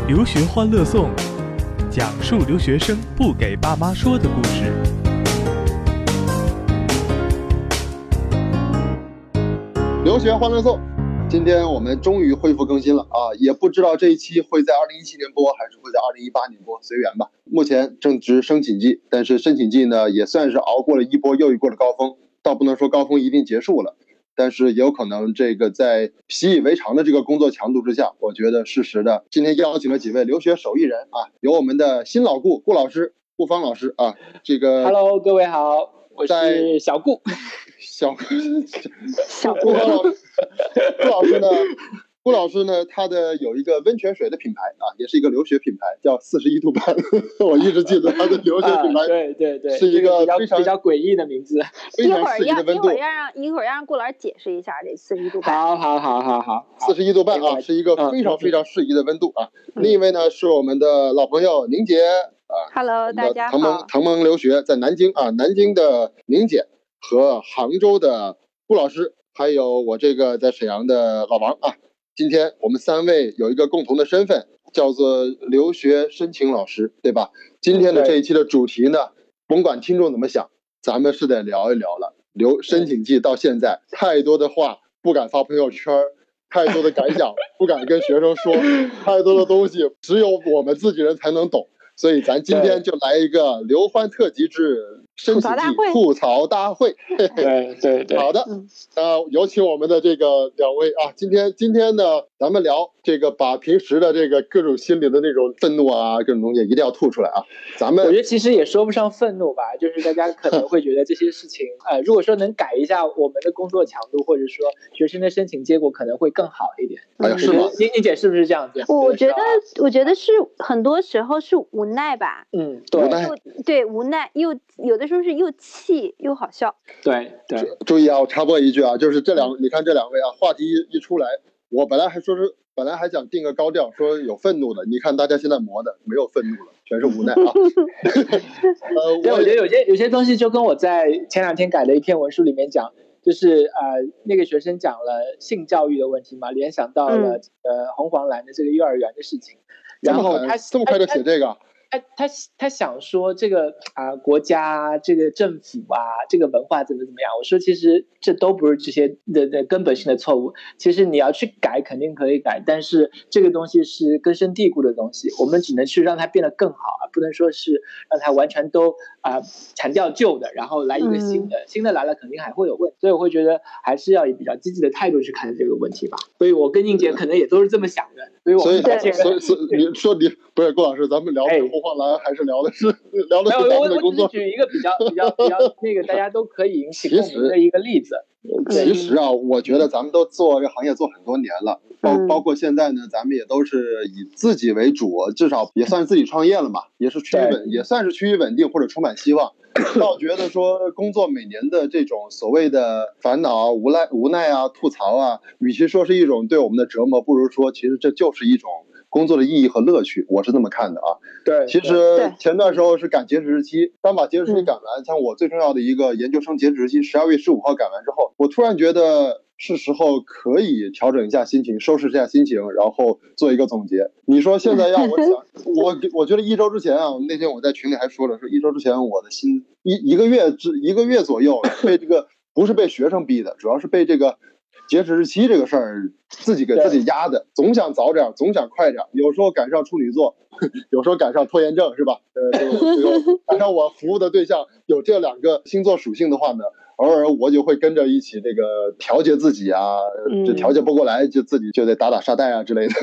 留学欢乐颂，讲述留学生不给爸妈说的故事。 留学欢乐颂，今天我们终于恢复更新了啊！也不知道这一期会在2017年播，还是会在2018年播，随缘吧。目前正值申请季，但是申请季呢，也算是熬过了一波又一波的高峰，倒不能说高峰一定结束了。但是也有可能这个在习以为常的这个工作强度之下，我觉得适时的今天邀请了几位留学手艺人啊，有我们的新老顾老师顾芳老师啊，这个 Hello 各位好，我是小顾小顾老师顾老师呢，他的有一个温泉水的品牌啊，也是一个留学品牌，叫41度半。我一直记得他的留学品牌， 对， 是一个比较诡异的名字。 非常适宜的温度。 一会儿让顾老师解释一下这41度半。 好 ，41度半啊，是一个非常非常适宜的温度啊。另一位呢是我们的老朋友宁姐啊 ，Hello 大家好。 唐蒙留学在南京啊，南京的宁姐和杭州的顾老师，还有我这个在沈阳的老王啊。今天我们三位有一个共同的身份，叫做留学申请老师，对吧？今天的这一期的主题呢，甭管听众怎么想，咱们是得聊一聊了。申请季到现在，太多的话不敢发朋友圈，太多的感想不敢跟学生说，太多的东西只有我们自己人才能懂，所以咱今天就来一个留欢特辑之申请季吐槽大会。 对， 好的，有请我们的这个两位啊，今天呢，咱们聊这个，把平时的这个各种心里的那种愤怒啊，各种东西一定要吐出来啊。我觉得其实也说不上愤怒吧，就是大家可能会觉得这些事情，如果说能改一下我们的工作强度，或者说学生的申请结果可能会更好一点。 哎呀，是吗？ 宁姐是不是这样子？ 我觉得是很多时候是无奈吧。 对， 无奈又有的时候是又气又好笑。 对， 注意啊，我插播一句啊，就是你看这两位啊，话题一出来，我本来还想定个高调，说有愤怒的，你看大家现在磨的没有愤怒了，全是无奈啊。 对，我觉得有些东西就跟我在前2天改的一篇文书里面讲，就是那个学生讲了性教育的问题嘛，联想到了红黄蓝的这个幼儿园的事情，然后他这么快就写这个。 他想说这个国家这个政府这个文化怎么样？我说其实这都不是这些的根本性的错误。其实你要去改肯定可以改，但是这个东西是根深蒂固的东西，我们只能去让它变得更好不能说是让它完全都铲掉旧的，然后来一个新的，新的来了肯定还会有问题。所以我会觉得还是要以比较积极的态度去看这个问题吧。所以我跟宁姐可能也都是这么想的。所以你说你不是顾老师，咱们聊的红黄蓝还是聊的是咱们的工作？ 我只举一个比较那个大家都可以引起共鸣的一个例子。 其实啊，我觉得咱们都做这个行业做很多年了，包括现在呢，咱们也都是以自己为主，至少也算是自己创业了嘛，也算是趋于稳定或者充满希望。倒觉得说工作每年的这种所谓的烦恼无奈啊、吐槽啊，与其说是一种对我们的折磨，不如说其实这就是一种工作的意义和乐趣，我是这么看的啊。 对， 其实前段时候是赶截止日期，当把截止日期赶完，像我最重要的一个研究生截止日期12月15号赶完之后，我突然觉得是时候可以调整一下心情，收拾一下心情，然后做一个总结。你说现在让我想，我觉得1周之前啊，那天我在群里还说了，说1周之前我的心一个月左右被这个不是被学生逼的，主要是被这个截止日期这个事儿自己给自己压的，总想早点，总想快点，有时候赶上处女座，有时候赶上拖延症，是吧？赶上我服务的对象有这2个星座属性的话呢，偶尔我就会跟着一起这个调节自己啊，这调节不过来就自己就得打沙袋啊之类的。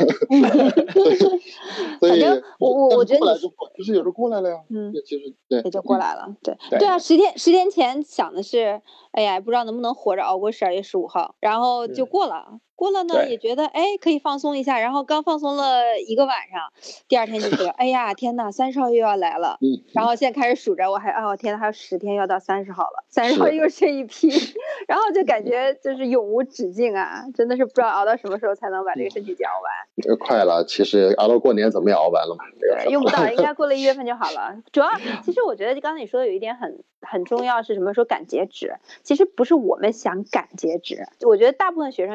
所以我觉得不是有时候过来了呀，其实对， 也就过来了，对啊，10天前想的是，哎呀，不知道能不能活着熬过12月15号，然后就过了。过了呢，也觉得可以放松一下，然后刚放松了1个晚上，第2天就觉得哎呀天哪，30号又要来了，然后现在开始数着，我天哪，还有10天要到30号了，30号又是一批，然后就感觉就是永无止境啊，真的是不知道熬到什么时候才能把这个申请季熬完。 快了，其实熬到过年怎么也熬完了嘛， 对，用不到，应该过了1月份就好了。主要其实我觉得刚才你说的有一点很重要，是什么？说赶截止，其实不是我们想赶截止，我觉得大部分学生就开始吐槽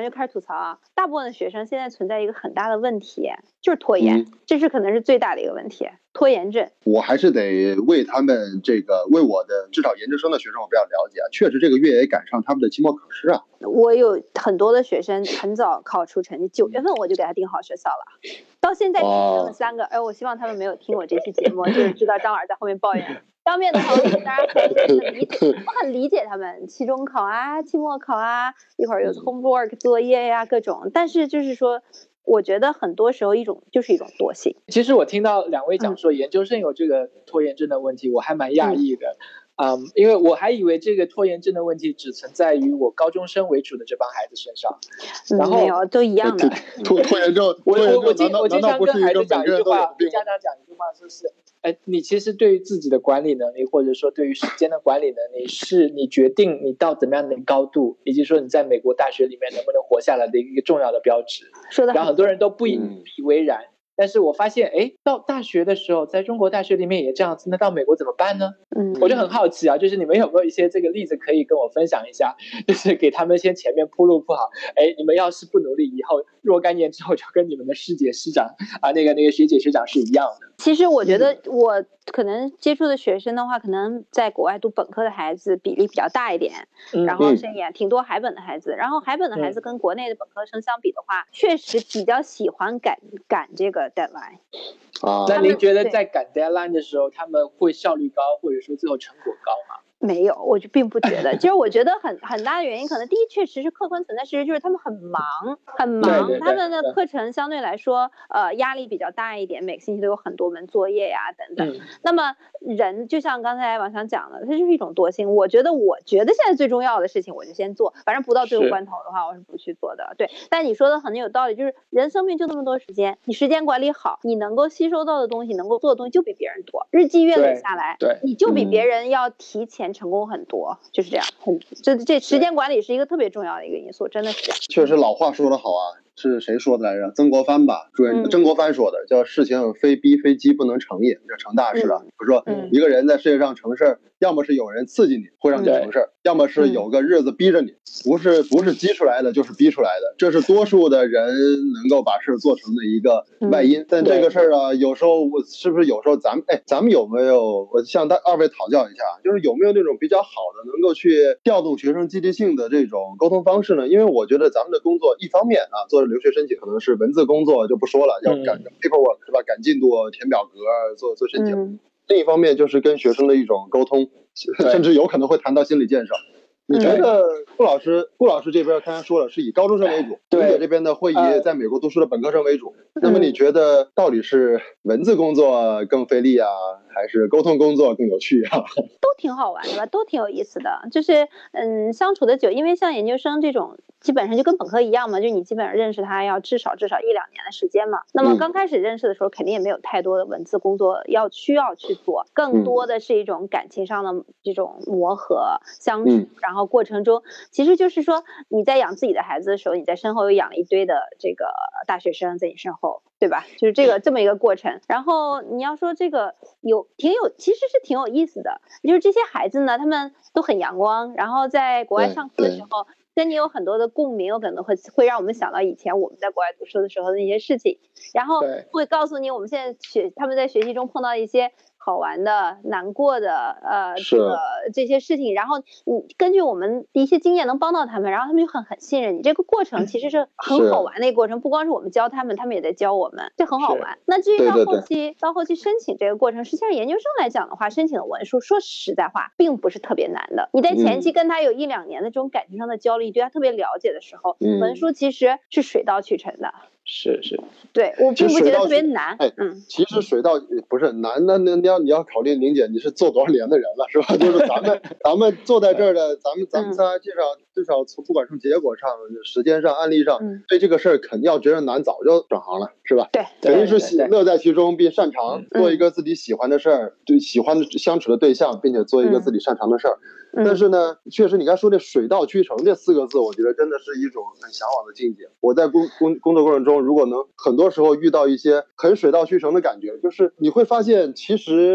瞧啊，大部分的学生现在存在一个很大的问题，就是拖延，这是可能是最大的一个问题，拖延症。 我还是得为他们为我的至少研究生的学生我比较了解啊，确实这个月也赶上他们的期末考试啊。 我有很多的学生很早考出成绩，9月份我就给他定好学校了，到现在只剩了3个。我希望他们没有听我这期节目，就是知道张老师在后面抱怨。当面的话，大家我很理解他们，期中考啊，期末考啊，一会儿有 homework 作业呀，各种。但是就是说，我觉得很多时候就是一种惰性。 其实我听到2位讲说研究生有这个拖延症的问题，我还蛮讶异的。因为我还以为这个拖延症的问题只存在于我高中生为主的这帮孩子身上，然后没有，都一样的。 拖延症， 我经常跟孩子讲一句话，跟家长讲一句话，说是，你其实对于自己的管理能力，或者说对于时间的管理能力，是你决定你到怎么样的高度，以及说你在美国大学里面能不能活下来的一个重要的标志。 说的， 然后很多人都不以为然。但是我发现，到大学的时候，在中国大学里面也这样子，那到美国怎么办呢？我就很好奇啊，就是你们有没有一些这个例子可以跟我分享一下，就是给他们先前面铺路铺好，你们要是不努力，以后若干年之后就跟你们的师姐师长啊，那个学姐学长是一样的。 其实我觉得我可能接触的学生的话，可能在国外读本科的孩子比例比较大一点，然后甚至也挺多海本的孩子，然后海本的孩子跟国内的本科生相比的话，确实比较喜欢赶这个 deadline。 那您觉得在赶 deadline 的时候，他们会效率高，或者说最后成果高吗？ 没有，我就并不觉得。其实我觉得很大的原因，可能第一确实是客观存在事实，就是他们很忙， 对他们的课程相对来说压力比较大一点，每个星期都有很多门作业呀等等。那么人就像刚才王翔讲的，它就是一种惰性。我觉得现在最重要的事情我就先做，反正不到最后关头的话我是不去做的。对，但你说的很有道理，就是人生命就那么多时间，你时间管理好，你能够吸收到的东西，能够做的东西就比别人多，日积月累下来，你就比别人要提前成功很多，就是这样。这时间管理是一个特别重要的一个因素，真的是这样。 确实老话说得好啊，是谁说的来着？曾国藩吧，曾国藩说的，叫事情非逼非激不能成也，这成大事啊。我说一个人在世界上成事，要么是有人刺激你会让你成事，要么是有个日子逼着你，不是激出来的就是逼出来的，这是多数的人能够把事做成的一个外因。但这个事儿啊，有时候是不是有时候咱们有没有，我向二位讨教一下，就是有没有那种比较好的能够去调动学生积极性的这种沟通方式呢？因为我觉得咱们的工作一方面啊，做留学申请可能是文字工作就不说了，要赶 paperwork 是吧，赶进度，填表格，做申请。另一方面就是跟学生的一种沟通，甚至有可能会谈到心理建设。你觉得顾老师这边刚才说了是以高中生为主，对姐这边的会以在美国读书的本科生为主，那么你觉得到底是文字工作更费力啊，还是沟通工作更有趣啊？ 都挺好玩的吧，都挺有意思的，就是相处的久，因为像研究生这种基本上就跟本科一样嘛，就你基本上认识他要至少1-2年的时间嘛。那么刚开始认识的时候肯定也没有太多的文字工作需要去做，更多的是一种感情上的这种磨合相处，然后过程中其实就是说你在养自己的孩子的时候，你在身后又养了一堆的这个大学生在你身后，对吧？就是这么一个过程。然后你要说这个其实是挺有意思的，就是这些孩子呢，他们都很阳光，然后在国外上课的时候跟你有很多的共鸣，有可能会让我们想到以前我们在国外读书的时候的那些事情，然后会告诉你我们现在他们在学习中碰到一些好玩的、难过的这些事情，然后你根据我们的一些经验能帮到他们，然后他们就很信任你。这个过程其实是很好玩的一个过程，不光是我们教他们，他们也在教我们，这很好玩。那至于到后期申请这个过程，实际上研究生来讲的话，申请的文书说实在话并不是特别难的。你在前期跟他有1-2年的这种感情上的交流，你对他特别了解的时候，文书其实是水到渠成的。 是， 对，我并不觉得特别难。 其实水到不是难，那你要考虑玲姐你是做多少年的人了，是吧？就是咱们坐在这儿的，咱们仨至少从不管从结果上、时间上、案例上，对这个事儿肯定要觉得难，早就转行了，是吧？ 对， 肯定是乐在其中并擅长做一个自己喜欢的事儿，对喜欢的相处的对象，并且做一个自己擅长的事儿。但是呢，确实你刚才说这水到渠成这4个字，我觉得真的是一种很向往的境界。我在工作过程中，如果能很多时候遇到一些很水到渠成的感觉，就是你会发现其实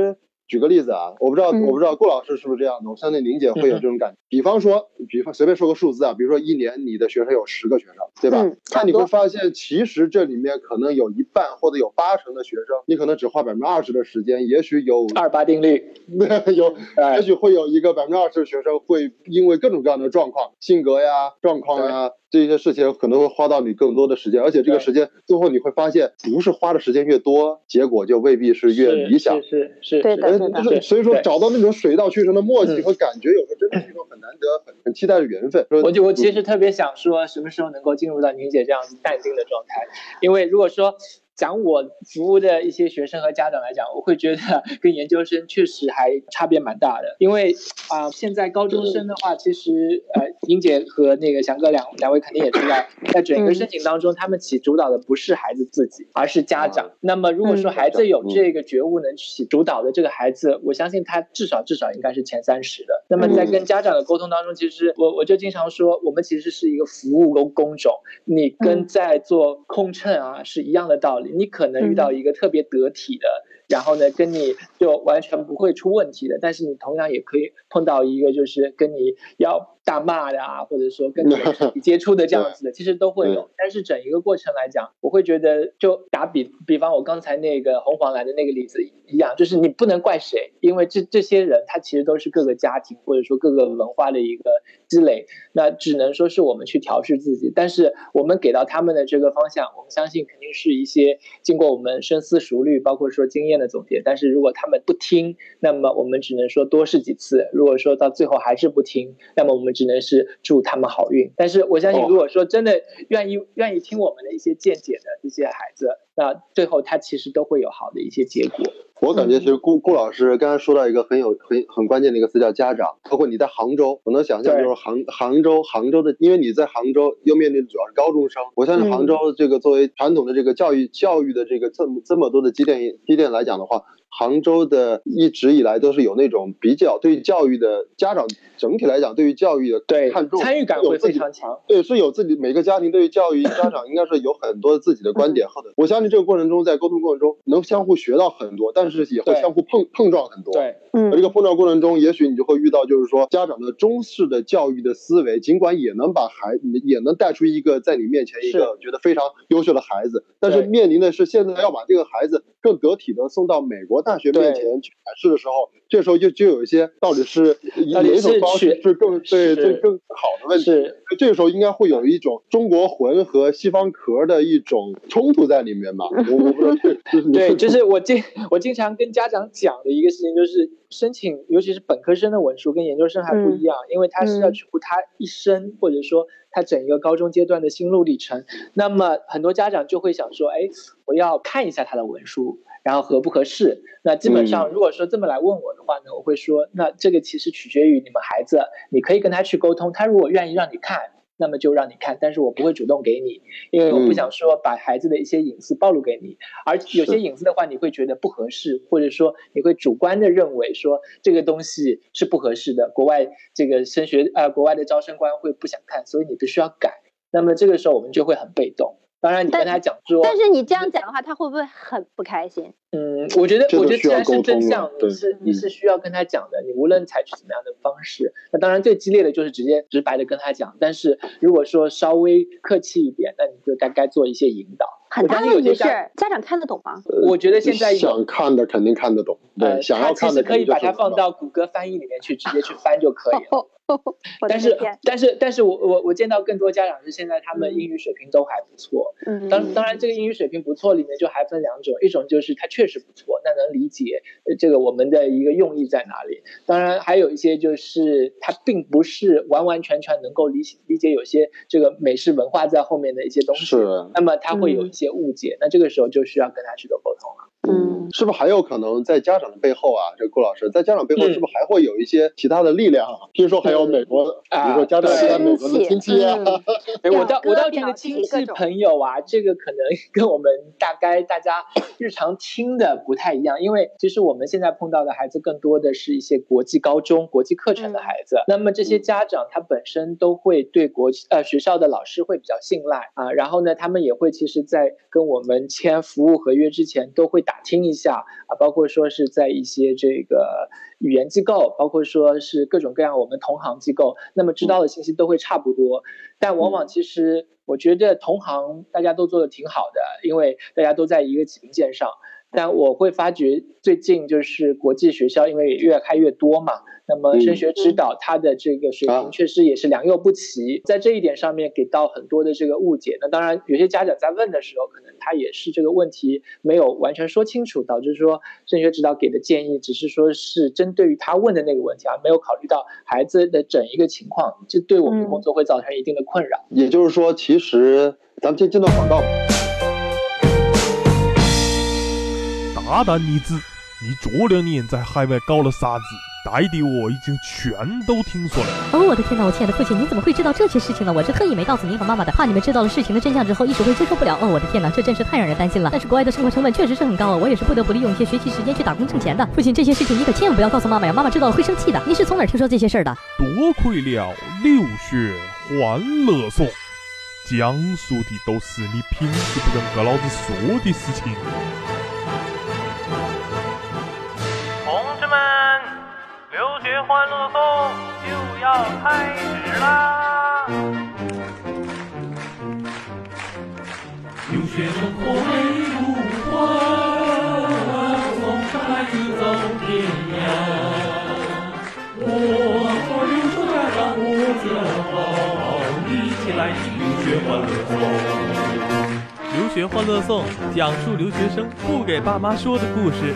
举个例子啊，我不知道顾老师是不是这样的，我相信林姐会有这种感觉。比方随便说个数字啊，比如说1年你的学生有10个学生，对吧？那你会发现，其实这里面可能有1半或者有80%的学生，你可能只花20%的时间，也许有 28定律， 也许会有一个20%的学生会因为各种各样的状况、性格呀、状况呀。这些事情可能会花到你更多的时间，而且这个时间最后你会发现，不是花的时间越多，结果就未必是越理想。 是，对的。 所以说找到那种水到渠成的默契和感觉，有时候真的是一种很难得、很期待的缘分。 我其实特别想说，什么时候能够进入到宁姐这样子淡定的状态？因为如果说讲我服务的一些学生和家长来讲，我会觉得跟研究生确实还差别蛮大的。因为现在高中生的话，其实英姐和那个翔哥两位肯定也知道，在整个申请当中，他们起主导的不是孩子自己，而是家长。那么如果说孩子有这个觉悟能起主导的这个孩子，我相信他至少应该是前30的。那么在跟家长的沟通当中，其实我就经常说，我们其实是一个服务工种，你跟在做空乘啊是一样的道理。你可能遇到一个特别得体的，然后呢跟你就完全不会出问题的，但是你同样也可以碰到一个就是跟你要大骂的啊，或者说跟你接触的这样子的，其实都会有。但是整一个过程来讲，我会觉得就打比方我刚才那个红黄蓝的那个例子一样，就是你不能怪谁，因为这些人他其实都是各个家庭或者说各个文化的一个积累，那只能说是我们去调试自己。但是我们给到他们的这个方向，我们相信肯定是一些经过我们深思熟虑包括说经验的总结。但是如果他们不听，那么我们只能说多试几次，如果说到最后还是不听，那么我们只能是祝他们好运。但是我相信如果说真的愿意听我们的一些见解的这些孩子，那最后他其实都会有好的一些结果。 我感觉其实顾老师刚才说到一个很关键的一个词叫家长，包括你在杭州，我能想象就是杭州的，因为你在杭州又面对的主要是高中生，我相信杭州这个作为传统的这个教育的这个这么多的积淀来讲的话，杭州的一直以来都是有那种比较对于教育的家长整体来讲对于教育的看重， 参与感会非常强。 对，是有自己每个家庭对于教育家长应该是有很多自己的观点，我相信这个过程中在沟通过程中能相互学到很多，但是也会相互碰撞很多。 对， 这个碰撞过程中，也许你就会遇到就是说家长的中式的教育的思维，尽管也能带出一个在你面前一个觉得非常优秀的孩子，但是面临的是现在要把这个孩子更得体的送到美国大学面前去展示的时候，这时候就有一些到底是哪一种方式是更好的问题。这个时候应该会有一种中国魂和西方壳的一种冲突在里面吧。我不知道对，就是我经常跟家长讲的一个事情，就是申请尤其是本科生的文书跟研究生还不一样，因为他是要去他一生或者说他整一个高中阶段的心路历程。那么很多家长就会想说，我要看一下他的文书，然后合不合适。那基本上如果说这么来问我的话呢，我会说那这个其实取决于你们孩子，你可以跟他去沟通，他如果愿意让你看那么就让你看，但是我不会主动给你，因为我不想说把孩子的一些隐私暴露给你，而有些隐私的话你会觉得不合适，或者说你会主观的认为说这个东西是不合适的，国外这个国外的招生官会不想看，所以你必须要改。那么这个时候我们就会很被动。当然你跟他讲说， 但是你这样讲的话他会不会很不开心？ 我觉得既然是真相，你是需要跟他讲的，你无论采取怎么样的方式。那当然最激烈的就是直接直白的跟他讲，但是如果说稍微客气一点，那你就大概做一些引导。 很大的问题是家长看得懂吗？我觉得现在想看的肯定看得懂，对，想要看的其实可以把它放到谷歌翻译里面去直接去翻就可以了。但是我见到更多家长是现在他们英语水平都还不错。当然这个英语水平不错里面就还分两种，一种就是他确实不错，那能理解这个我们的一个用意在哪里。当然还有一些就是他并不是完完全全能够理解有些这个美式文化在后面的一些东西，那么他会有一些误解，那这个时候就需要跟他去做沟通了。 是不是还有可能在家长的背后啊，这个顾老师在家长背后是不是还会有一些其他的力量啊？听说还有美国，比如说家长在美国的亲戚啊。 我倒觉得亲戚朋友啊，这个可能跟我们大家日常听的不太一样，因为其实我们现在碰到的孩子更多的是一些国际高中、国际课程的孩子。那么这些家长他本身都会对学校的老师会比较信赖啊，然后呢，他们也会其实在跟我们签服务合约之前都会打打听一下啊，包括说是在一些这个语言机构，包括说是各种各样我们同行机构，那么知道的信息都会差不多，但往往其实我觉得同行大家都做得挺好的，因为大家都在一个起跑线上。但我会发觉最近就是国际学校因为越开越多嘛，那么升学指导它的这个水平确实也是良莠不齐，在这一点上面给到很多的这个误解。那当然有些家长在问的时候，可能他也是这个问题没有完全说清楚，导致说升学指导给的建议只是说是针对于他问的那个问题，而没有考虑到孩子的整一个情况，这对我们的工作会造成一定的困扰。 也就是说，其实咱们先进到广告吧。 大胆你子，你这2年在海外搞了啥子？带的我已经全都听说了。 哦，我的天哪，我亲爱的父亲，您怎么会知道这些事情呢？我是特意没告诉您和妈妈的，怕你们知道了事情的真相之后一时会接受不了。哦，我的天哪，这真是太让人担心了。但是国外的生活成本确实是很高啊，我也是不得不利用一些学习时间去打工挣钱的。父亲，这些事情你可千万不要告诉妈妈呀，妈妈知道了会生气的。你是从哪儿听说这些事儿的？ 多亏了留学欢乐颂，讲述的都是你平时不跟和老子说的事情。 同志们，留学欢乐颂就要开始啦！ 留学生活美如画，送孩子走天涯。我做留守家长我骄傲，一起来听留学欢乐颂。 留学欢乐颂，讲述留学生不给爸妈说的故事。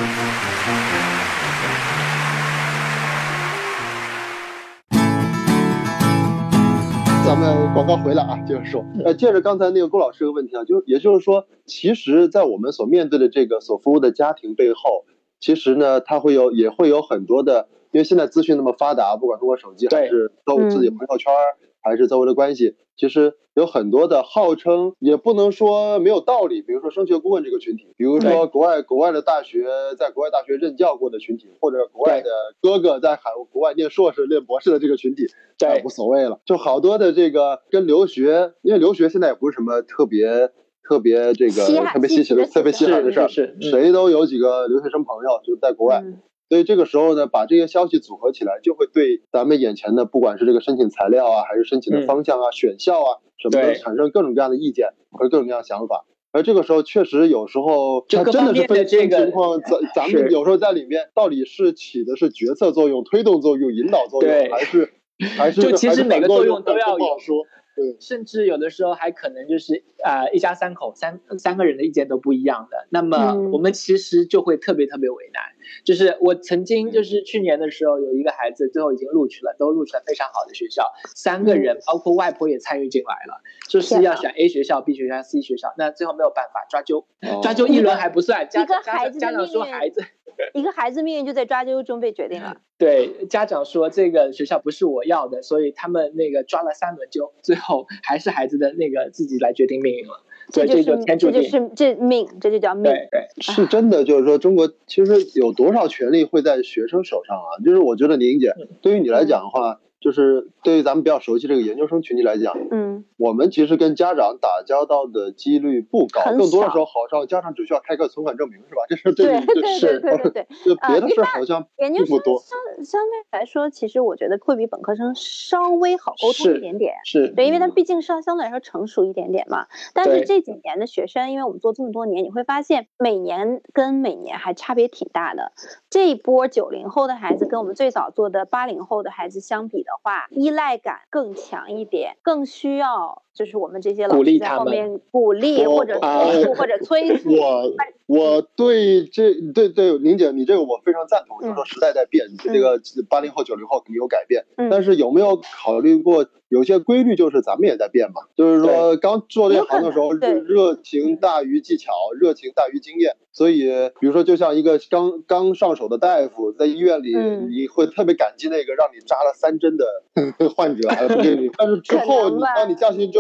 咱们广告回来啊，接着说，接着刚才那个龚老师的问题啊，也就是说，其实，在我们所面对的这个所服务的家庭背后，其实呢，它也会有很多的，因为现在资讯那么发达，不管通过手机还是透过自己朋友圈，还是周围的关系，其实有很多的号称也不能说没有道理，比如说升学顾问这个群体，比如说国外的大学，在国外大学任教过的群体，或者国外的哥哥在国外念硕士念博士的这个群体，无所谓了，就好多的这个跟留学，因为留学现在也不是什么特别这个特别稀奇的特别稀罕的事儿，谁都有几个留学生朋友就在国外。所以这个时候呢，把这些消息组合起来，就会对咱们眼前的不管是这个申请材料啊，还是申请的方向啊、选校啊什么的，产生各种各样的意见和各种各样的想法。而这个时候确实有时候它真的是分情况，咱们有时候在里面到底是起的是决策作用、推动作用、引导作用，还是就其实每个作用都要有。 对， 甚至有的时候还可能就是一家三口三个人的意见都不一样的，那么我们其实就会特别为难。就是我曾经就是去年的时候有一个孩子最后已经录取了，都录取了非常好的学校，3个人包括外婆也参与进来了，就是要选 A 学校 B 学校 C 学校，那最后没有办法抓阄一轮还不算，家长说一个孩子命运就在抓阄中被决定了。 对，家长说这个学校不是我要的，所以他们那个抓了3轮阄，最后还是孩子的那个自己来决定命运了。 这命，这就叫命。 对， 是真的，就是说中国其实有多少权利会在学生手上啊？就是我觉得宁姐，对于你来讲的话，就是对于咱们比较熟悉这个研究生群体来讲，我们其实跟家长打交道的几率不高，更多的时候好像家长只需要开个存款证明是吧？这是对，就别的事好像并不多。 相对来说，其实我觉得会比本科生稍微好沟通一点点，对，因为它毕竟是相对来说成熟一点点嘛。但是这几年的学生，因为我们做这么多年，你会发现每年跟每年还差别挺大的。这一波90后的孩子跟我们最早做的80后的孩子相比的话，依赖感更强一点，更需要就是我们这些老师在后面鼓励或者督促或者催促。 我对宁姐你这个我非常赞同，就是说时代在变，这个80后90后肯定有改变，但是有没有考虑过有些规律就是咱们也在变嘛？就是说刚做这行的时候，热情大于技巧，热情大于经验。所以比如说就像一个刚上手的大夫在医院里，你会特别感激那个让你扎了3针的患者，但是之后你当你加薪之后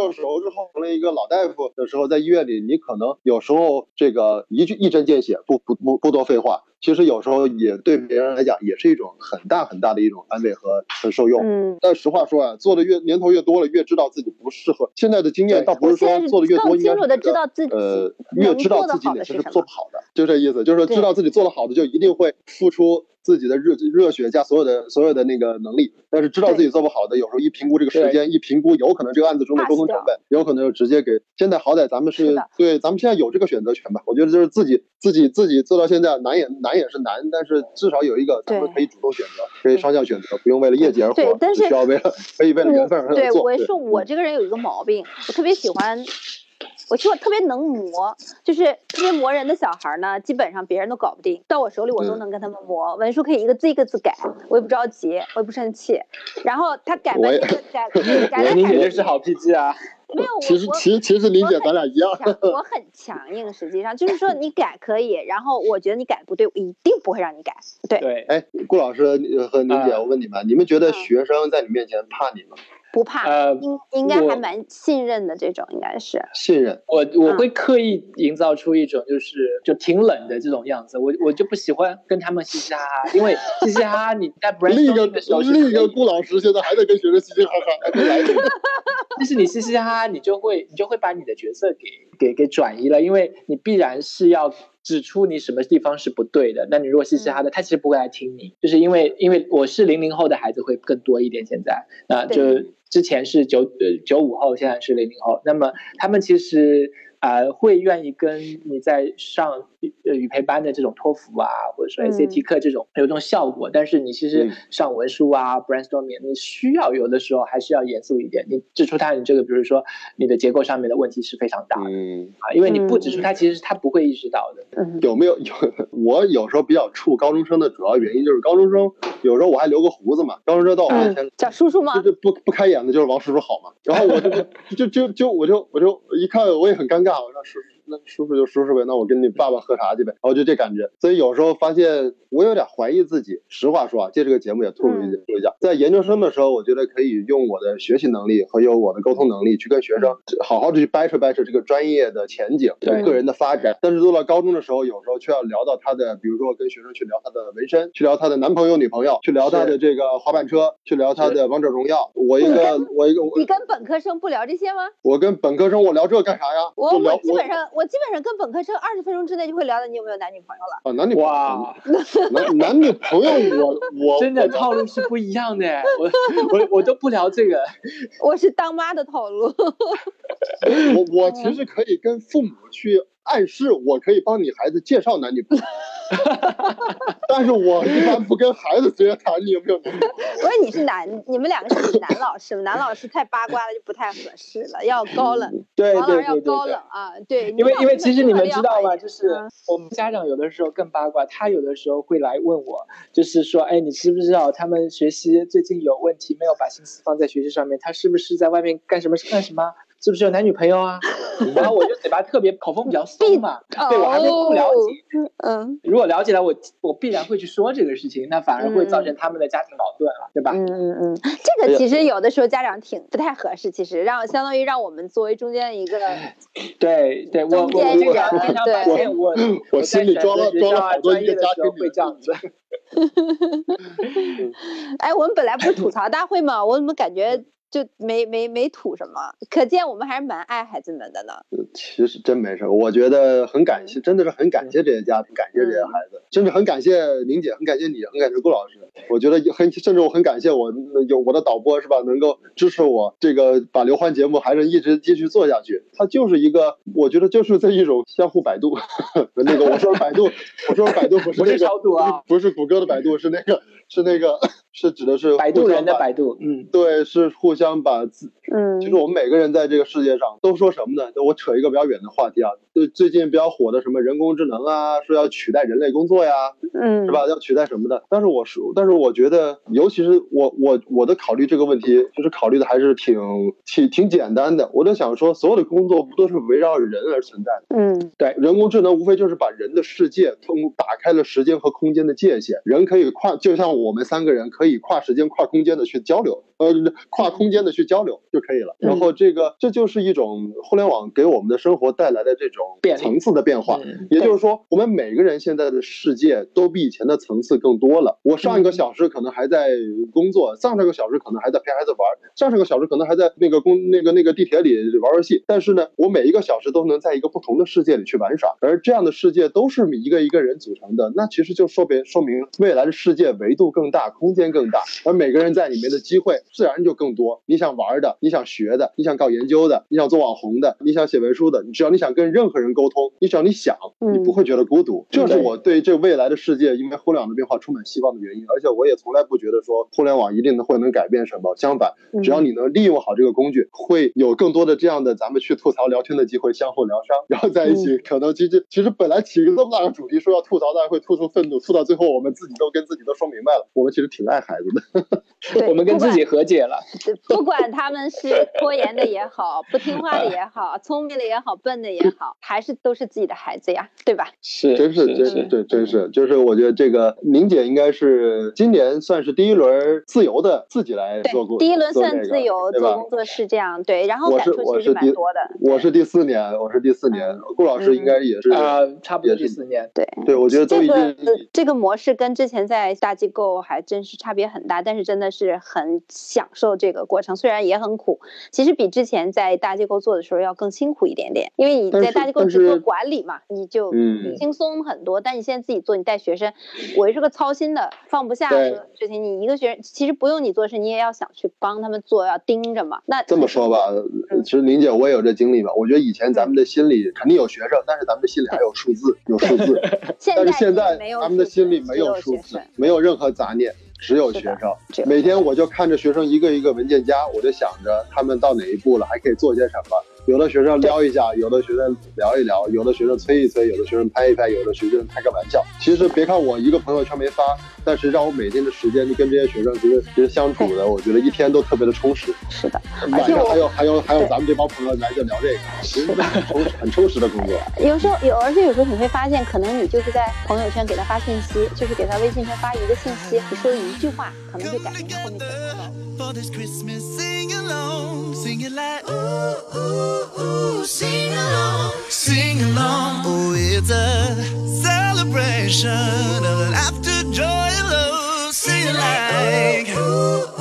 到手之后成了一个老大夫的时候，在医院里，你可能有时候这个一针见血，不多废话。其实有时候也对别人来讲也是一种很大的一种安慰和受用。但实话说啊，做的年头越多了，越知道自己不适合。现在的经验倒不是说做的越多，应该是知道自己越知道自己哪些是做不好的，就这意思，就是说知道自己做得好的就一定会付出自己的热血加所有的那个能力，但是知道自己做不好的，有时候一评估这个时间，一评估有可能这个案子中的沟通成本，有可能就直接给。现在好歹咱们是对，咱们现在有这个选择权吧。我觉得就是自己做到现在难也是难，但是至少有一个咱们可以主动选择，可以双向选择，不用为了业绩而活， 对，但是需要可以为了缘分而做。 对，我说我这个人有一个毛病，我特别喜欢。我特别能磨，就是特别磨人的小孩呢，基本上别人都搞不定，到我手里我都能跟他们磨。文书可以一个字一个字改，我也不着急，我也不生气。然后他改半天改， 林姐就是好脾气啊。 没有， 其实林姐咱俩一样， 我很强硬，实际上就是说你改可以，然后我觉得你改不对，我一定不会让你改。对。 哎，顾老师和林姐，我问你们，你们觉得学生在你面前怕你吗？ 不怕，应该还蛮信任的，这种应该是信任。 我会刻意营造出一种就挺冷的这种样子，我就不喜欢跟他们嘻嘻哈哈，因为嘻嘻哈哈你在 brainstorming 的时候， 另一个顾老师现在还在跟学生嘻嘻哈哈， 但是你嘻嘻哈哈，你就会把你的角色给转移了，因为你必然是要指出你什么地方是不对的。那你如果嘻嘻哈哈的，他其实不会来听你，就是因为我是00后的孩子会更多一点，现在就之前是95后，现在是00后，那么他们其实会愿意跟你在上语培班的这种托福啊，或者说 SAT 课这种有这种效果，但是你其实上文书啊 brainstorming 你需要有的时候还是要严肃一点，你指出他你这个比如说你的结构上面的问题是非常大的因为你不指出他其实他不会意识到的。 有我有时候比较怵高中生的主要原因就是高中生有时候我还留个胡子嘛，高中生到我面前叫叔叔吗？ 就不开眼的就是王叔叔好嘛，然后我就一看我也很尴尬，我说叔叔就叔叔呗，那我跟你爸爸喝茶去呗，然后就这感觉。所以有时候发现我有点怀疑自己，实话说啊，借这个节目也吐露一下，在研究生的时候，我觉得可以用我的学习能力和有我的沟通能力去跟学生好好的去掰扯这个专业的前景，个人的发展。但是到了高中的时候，有时候却要聊到他的，比如说跟学生去聊他的纹身，去聊他的男朋友女朋友，去聊他的这个滑板车，去聊他的王者荣耀。你跟本科生不聊这些吗？ 我跟本科生我聊这干啥呀？ 我基本上跟本科生20分钟之内就会聊到你有没有男女朋友了。 男女朋友，男女朋友我真的套路是不一样的，我都不聊这个。 我是当妈的套路。 我其实可以跟父母去暗示，我可以帮你孩子介绍男女朋友。但是我一般不跟孩子直接谈你有没有男女朋友。 不是你们两个是男老师，男老师太八卦了就不太合适了，要高冷。 对， 王老师要高冷啊，对。 因为其实你们知道吗？就是我们家长有的时候更八卦，他有的时候会来问我，就是说，哎，你知不知道他们学习最近有问题，没有把心思放在学习上面，他是不是在外面干什么？是不是有男女朋友啊？然后我就嘴巴特别口风比较松嘛，对我还不了解。如果了解了，我必然会去说这个事情，那反而会造成他们的家庭矛盾了，对吧？ 这个其实有的时候家长挺不太合适，其实相当于让我们作为中间的一个。 对，我这个非常抱歉，我心里装了好多一个家庭会这样子。 哎，我们本来不是吐槽大会吗？我怎么感觉就没吐什么？可见我们还是蛮爱孩子们的呢。 其实真没事，我觉得很感谢，真的是很感谢这些家庭，感谢这些孩子，甚至很感谢林姐，很感谢你，很感谢顾老师。我觉得甚至我很感谢我的导播是吧，能够支持我这个把刘欢节目还是一直继续做下去。它就是一个，我觉得就是这一种相互百度。那个我说百度不是超度啊，不是谷歌的百度，是那个是指的是摆渡人的百度。 对，是互相把其实我们每个人在这个世界上都说什么呢？我扯一个比较远的话题啊，就最近比较火的什么人工智能啊，说要取代人类工作呀，是吧？要取代什么的？但是我觉得，尤其是我的考虑这个问题，就是考虑的还是挺简单的。我就想说，所有的工作不都是围绕人而存在的？对，人工智能无非就是把人的世界打开了时间和空间的界限，人可以就像我们3个人可以跨时间跨空间的去交流， 跨空间的去交流就可以了。然后这就是一种互联网给我们的生活带来的这种层次的变化。也就是说，我们每个人现在的世界都比以前的层次更多了。我上一个小时可能还在工作，上个小时可能还在陪孩子玩，上个小时可能还在那个地铁里玩游戏。但是呢，我每一个小时都能在一个不同的世界里去玩耍，而这样的世界都是一个一个人组成的，那其实就说明未来的世界维度更大，空间更大，而每个人在里面的机会自然就更多。你想玩的，你想学的，你想搞研究的，你想做网红的，你想写文书的，只要你想跟任何人沟通，只要你想，你不会觉得孤独。这是我对这未来的世界因为互联网的变化充满希望的原因。而且我也从来不觉得说互联网一定会能改变什么，相反，只要你能利用好这个工具，会有更多的这样的咱们去吐槽聊天的机会，相互疗伤，然后在一起可能其实本来起一个这么大的主题说要吐槽，大家会吐出愤怒，吐到最后我们自己都跟自己都说明白了，我们其实挺爱孩子的我们跟自己和解了。 不管他们是拖延的也好，不听话的也好，聪明的也好，笨的也好，还是都是自己的孩子呀，对吧？ 是，真是，就是我觉得这个宁姐应该是今年算是第一轮自由的自己来做过， 第一轮算自由做工作室这样，对，然后感触其实蛮多的。 我是第4年，顾老师应该也是差不多第4年。 对，我觉得都已经这个模式跟之前在大机构还真是差别很大，但是真的是很享受这个过程，虽然也很苦，其实比之前在大机构做的时候要更辛苦一点点，因为你在大机构只做管理嘛，你就轻松很多，但你现在自己做，你带学生，我也是个操心的放不下的事情，你一个学生其实不用你做事，你也要想去帮他们做，要盯着嘛。那这么说吧，其实宁姐我也有这经历吧，我觉得以前咱们的心里肯定有学生，但是咱们的心里还有数字，但是现在咱们的心里没有数字，没有任何杂念，只有学生。每天我就看着学生一个一个文件夹，我就想着他们到哪一步了，还可以做些什么。有的学生撩一下，有的学生聊一聊，有的学生催一催，有的学生拍一拍，有的学生开个玩笑。其实别看我一个朋友圈没发，但是让我每天的时间就跟这些学生其实相处的，我觉得一天都特别的充实。 是的， 晚上还有咱们这帮朋友来就聊这个，其实很充实的工作。 而且有时候你会发现，可能你就是在朋友圈给他发信息，就是给他微信圈发一个信息，你说一句话，可能就改变他后面 Sing along, sing along. Oh, it's a celebration of laughter, joy, and love. Sing like.